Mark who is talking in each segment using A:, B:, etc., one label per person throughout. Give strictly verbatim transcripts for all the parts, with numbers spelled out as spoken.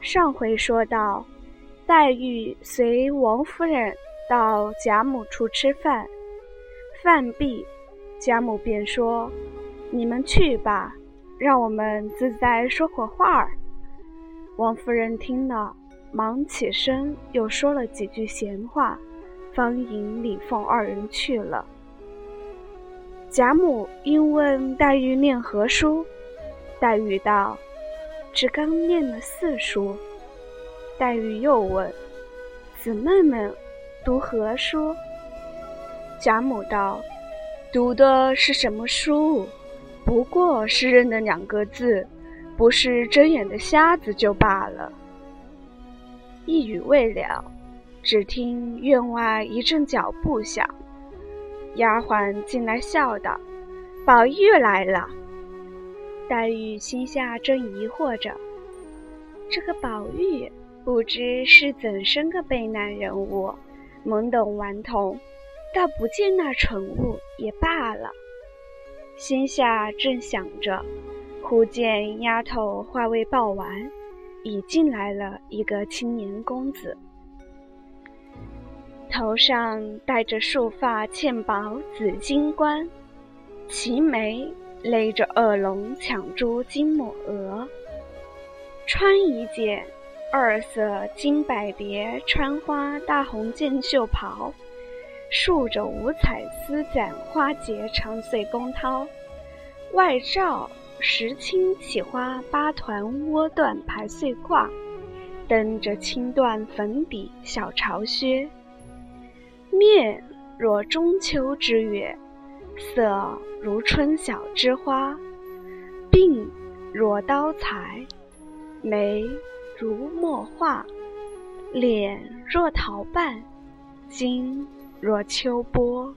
A: 上回说到，黛玉随王夫人到贾母处吃饭，饭毕，贾母便说：“你们去吧，让我们自在说会话儿。”王夫人听了，忙起身，又说了几句闲话，方引李凤二人去了。贾母因问黛玉念何书，黛玉道：“只刚念了四书。”黛玉又问：“姊妹们读何书？”贾母道：“读的是什么书？不过是认得两个字，不是睁眼的瞎子就罢了。”一语未了，只听院外一阵脚步响，丫鬟进来笑道：“宝玉来了。”黛玉心下正疑惑着，这个宝玉不知是怎生个悲男人物，懵懂顽童，倒不见那蠢物也罢了。心下正想着，忽见丫头话未报完，已进来了一个青年公子，头上戴着束发嵌宝紫金冠，齐眉勒着二龙抢珠金抹额，穿一件二色金百蝶穿花大红箭袖袍，束着五彩丝簪花结长穗宫绦，外罩石青起花八团窝缎排穗褂，蹬着青缎粉底小朝靴，面若中秋之月，色如春晓之花，鬓若刀裁，眉如墨画，脸若桃瓣，睛若秋波。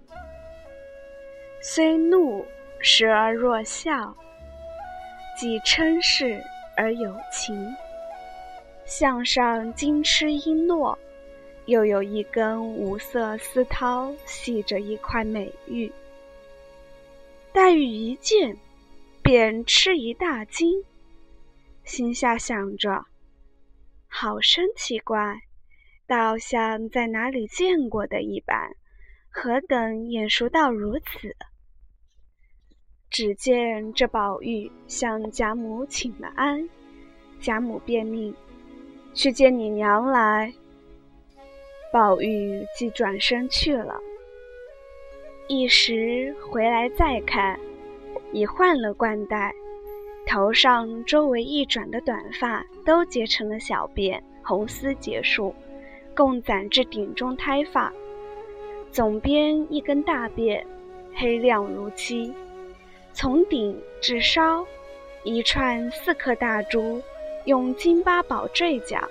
A: 虽怒时而若笑，既嗔视而有情。项上金翅璎珞，又有一根五色丝绦系着一块美玉。黛玉一见，便吃一大惊，心下想着，好生奇怪，倒像在哪里见过的一般，何等眼熟到如此。只见这宝玉向贾母请了安，贾母便命去见你娘来。宝玉即转身去了，一时回来再看，已换了冠带，头上周围一转的短发都结成了小辫，红丝结束，共攒至顶中胎发，总边一根大辫，黑亮如漆，从顶至梢一串四颗大珠，用金八宝坠奖，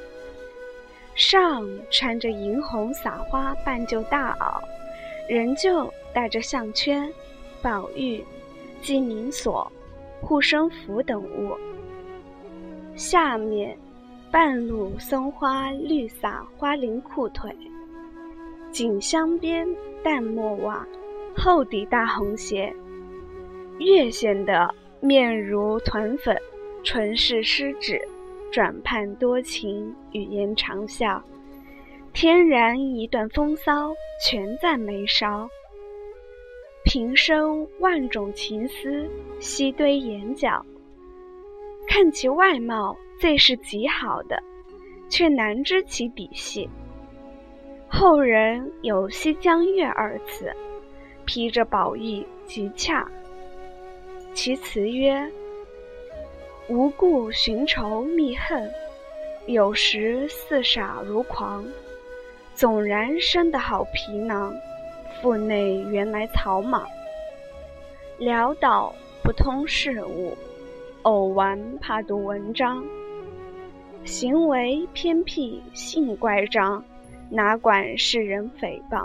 A: 上穿着银红撒花半旧大袄，仍旧带着项圈、宝玉、记名锁、护身符等物，下面半露松花绿撒花绫裤腿，锦香边淡墨袜，厚底大红鞋，越显得面如团粉，唇是湿纸，转盼多情，语言长笑，天然一段风骚，全在眉梢。平生万种情思，悉堆眼角，看其外貌最是极好的，却难知其底细。后人有西江月二词，披着宝玉极洽，其词曰：无故寻仇觅恨，有时似傻如狂，总然生得好皮囊，腹内原来草莽，潦倒不通事物，偶玩怕读文章，行为偏僻性乖张，哪管世人诽谤。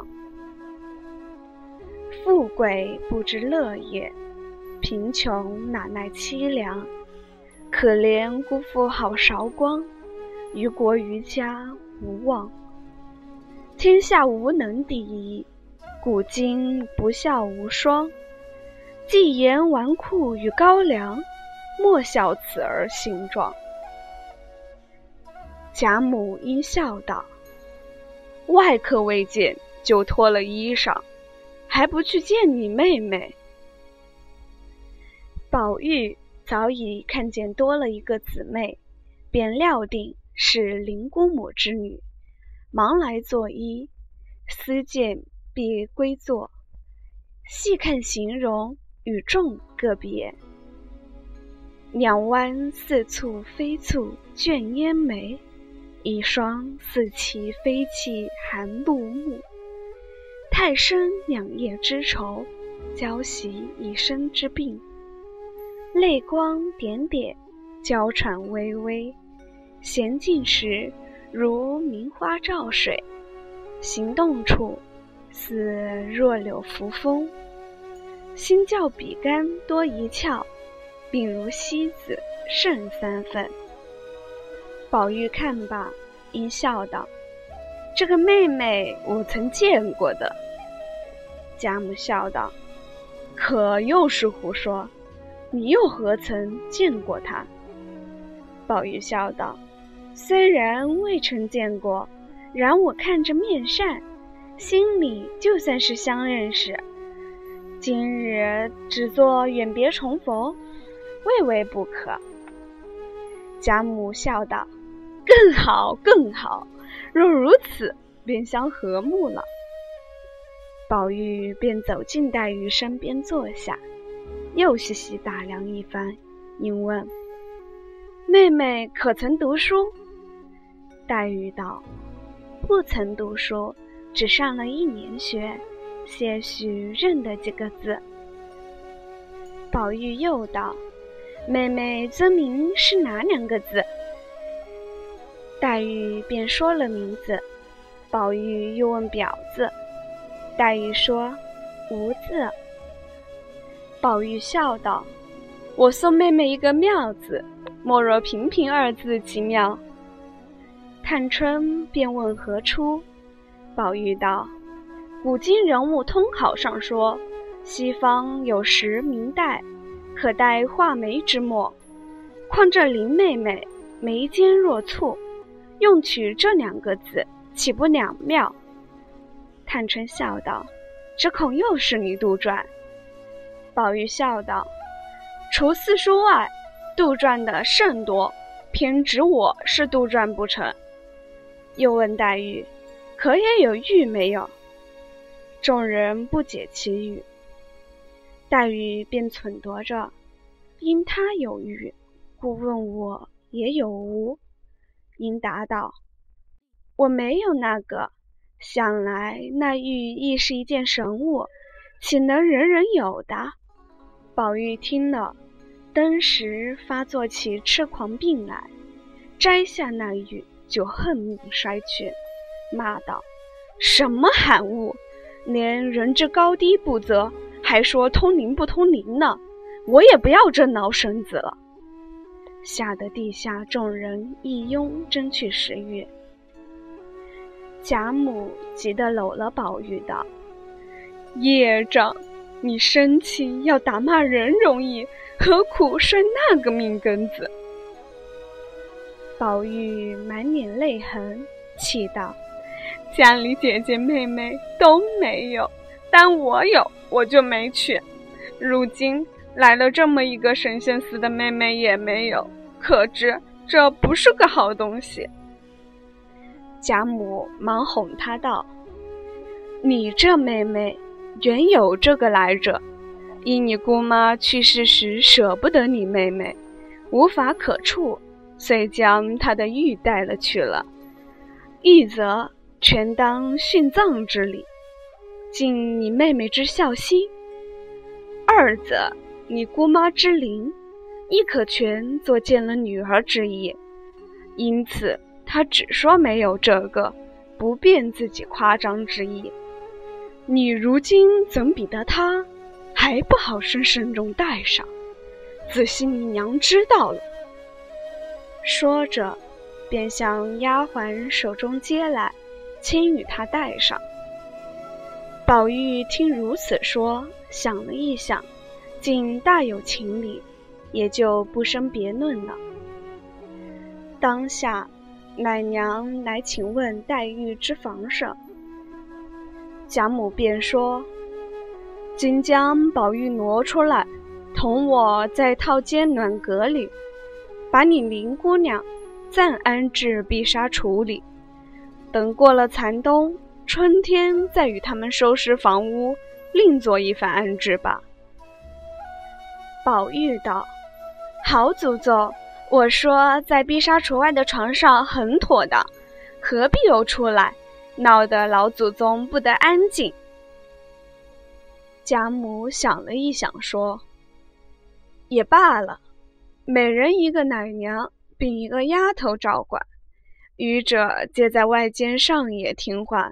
A: 富贵不知乐业，贫穷哪耐凄凉，可怜辜负好韶光，于国于家无望。天下无能第一，古今不孝无双，既言纨绔与高粱，莫笑此儿形状。 贾母因笑道：“外客未见，就脱了衣裳，还不去见你妹妹？”宝玉早已看见多了一个姊妹，便料定是林姑母之女，忙来作揖，思见必归坐，细看形容，与众个别。两弯似蹙非蹙卷烟眉，一双似泣非泣寒露目。太生两夜之愁，娇袭一身之病。泪光点点，娇喘微微，娴静时如明花照水，行动处似弱柳扶风。心较比干多一窍，病如西子胜三分。宝玉看罢，因笑道：“这个妹妹我曾见过的。”贾母笑道：“可又是胡说，你又何曾见过她？”宝玉笑道：“虽然未曾见过，然我看着面善，心里就算是相认识。今日只做远别重逢，未为不可。”贾母笑道：“更好更好，若如此，便相和睦了。”宝玉便走进黛玉身边坐下，又细细打量一番，因问：“妹妹可曾读书？”黛玉道：“不曾读书，只上了一年学，些许认得几个字。”宝玉又道：“妹妹尊名是哪两个字？”黛玉便说了名字。宝玉又问表字，黛玉说：“无字。”宝玉笑道：“我送妹妹一个妙字，莫若平平二字奇妙。”探春便问何出，宝玉道：“古今人物通考上说，西方有时明代，可代画眉之墨，况这林妹妹眉尖若蹙，用取这两个字，岂不两妙？”探春笑道：“只恐又是你杜撰。”宝玉笑道：“除四书外，杜撰的甚多，偏指我是杜撰不成。”又问黛玉：“可也有玉没有？”众人不解其语。黛玉便忖度着，因他有玉，故问我也有无。因答道：“我没有那个，想来那玉亦是一件神物，岂能人人有的？”宝玉听了，登时发作起痴狂病来，摘下那玉就恨命摔去，骂道：“什么罕物，连人之高低不择，还说通灵不通灵呢？我也不要这孬身子了。”吓得地下众人一拥争去食欲。贾母急得搂了宝玉道：“业障，你生气要打骂人容易，何苦摔那个命根子？”宝玉满脸泪痕，气道：“家里姐姐妹妹都没有，但我有，我就没去。如今来了这么一个神仙似的妹妹也没有，可知这不是个好东西。”贾母忙哄她道：“你这妹妹原有这个来者，因你姑妈去世时舍不得你妹妹，无法可处，遂将她的玉带了去了。一则全当殉葬之礼，尽你妹妹之孝心；二则你姑妈之灵，亦可全作见了女儿之意。因此她只说没有这个，不便自己夸张之意。你如今怎比得她，还不好生慎重带上，仔细你娘知道了。”说着便向丫鬟手中接来，轻与她带上。宝玉听如此说，想了一想，竟大有情理，也就不生别论了。当下奶娘来请问黛玉之房事。贾母便说：今将宝玉挪出来，同我在套间暖阁里，把你林姑娘暂安置碧纱橱里，等过了残冬，春天再与他们收拾房屋，另做一番安置吧。宝玉道：好祖宗，我说在碧纱橱外的床上很妥的，何必又出来，闹得老祖宗不得安静。贾母想了一想说：也罢了，每人一个奶娘，并一个丫头照管，余者皆在外间上也听唤。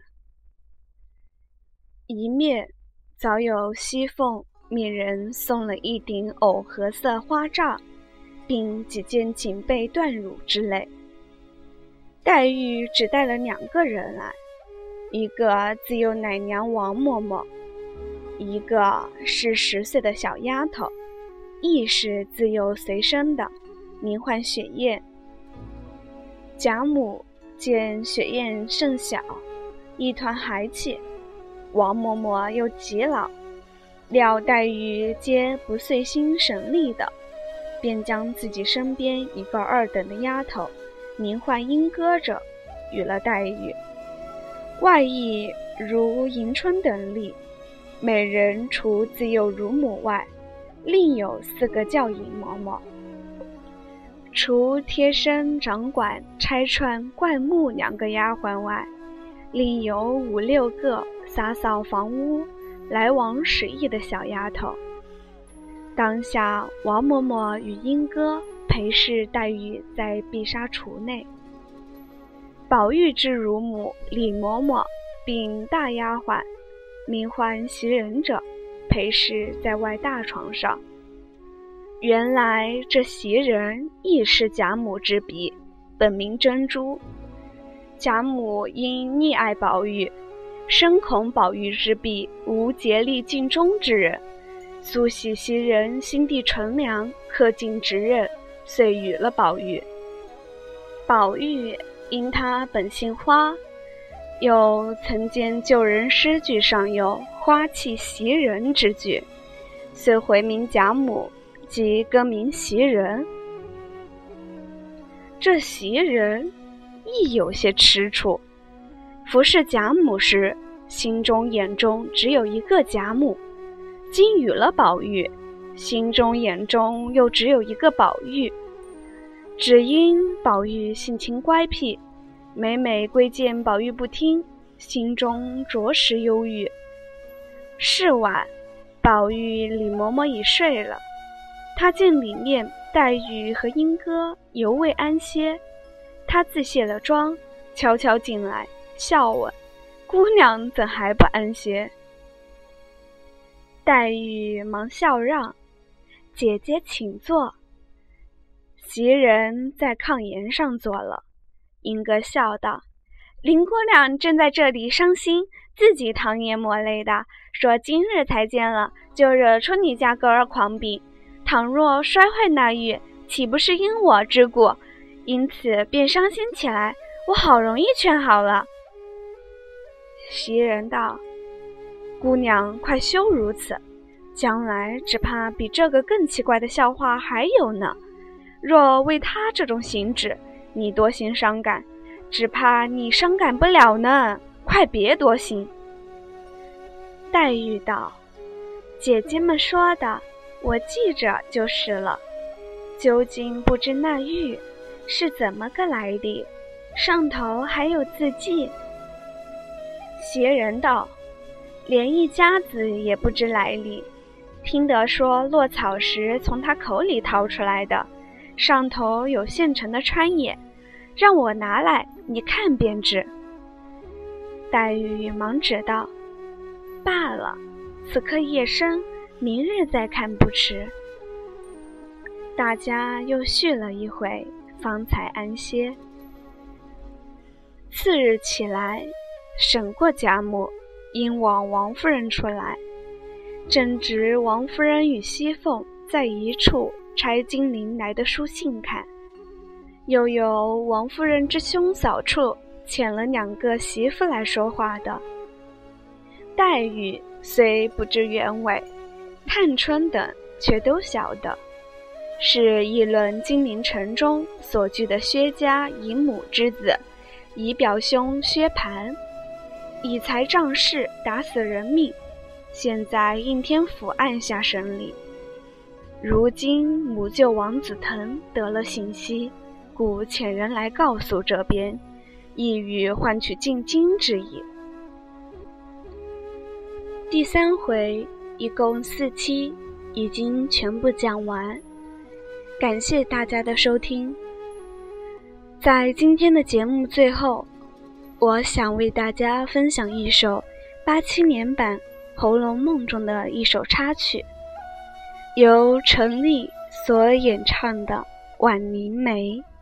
A: 一面早有熙凤命人送了一顶藕荷色花帐，并几件锦被缎褥之类。黛玉只带了两个人来，一个自幼奶娘王嬷嬷，一个是十岁的小丫头，亦是自幼随身的，名唤雪雁。贾母见雪雁甚小，一团孩气，王嬷嬷又极老，料黛玉皆不遂心省力的，便将自己身边一个二等的丫头，名唤莺歌者，与了黛玉。外亦如迎春等例，每人除自幼乳母外，另有四个教引嬷嬷，除贴身掌管拆穿灌木两个丫鬟外，另有五六个洒扫房屋来往使役的小丫头。当下王嬷嬷与莺歌陪侍黛玉在碧纱橱内，宝玉之乳母李嬷嬷并大丫鬟名唤袭人者，陪侍在外大床上。原来这袭人亦是贾母之婢，本名珍珠。贾母因溺爱宝玉，深恐宝玉之婢无竭力尽忠之人，素喜袭人心地纯良，恪尽职任，遂与了宝玉。宝玉因他本姓花，又曾见旧人诗句上有花气袭人之句，遂回名贾母，即更名袭人。这袭人亦有些吃醋，服侍贾母时，心中眼中只有一个贾母，今与了宝玉，心中眼中又只有一个宝玉。只因宝玉性情乖僻，每每规谏宝玉不听，心中着实忧郁。是晚，宝玉李嬷嬷已睡了，他见里面黛玉和莺歌犹未安歇，他自卸了妆，悄悄进来，笑问：姑娘怎还不安歇？黛玉忙笑让：姐姐请坐。袭人在炕沿上坐了，莺歌笑道：林姑娘正在这里伤心，自己淌眼抹泪的，说今日才见了，就惹出你家哥儿狂病，倘若摔坏那玉，岂不是因我之故？因此便伤心起来，我好容易劝好了。袭人道：姑娘快休如此，将来只怕比这个更奇怪的笑话还有呢。若为他这种行止，你多心伤感，只怕你伤感不了呢，快别多心。黛玉道：姐姐们说的，我记着就是了。究竟不知那玉是怎么个来历，上头还有字迹。袭人道：连一家子也不知来历，听得说落草时从他口里掏出来的，上头有现成的穿眼，让我拿来你看便知。黛玉忙指道：罢了，此刻夜深，明日再看不迟。大家又续了一回，方才安歇。次日起来，审过贾母，因往王夫人出来，正值王夫人与熙凤在一处拆金陵来的书信看， 又有王夫人之兄嫂处遣了两个媳妇来说话的。黛玉虽不知原委，探春等却都晓得，是议论金陵城中所居的薛家姨母之子，姨表兄薛蟠，以财仗势打死人命，现在应天府按下审理。如今母舅王子腾得了信息，故遣人来告诉这边，意欲换取进京之意。第三回一共四期已经全部讲完，感谢大家的收听。在今天的节目最后，我想为大家分享一首八七年版《红楼梦》中的一首插曲，由陈粒所演唱的《晚凝眉》。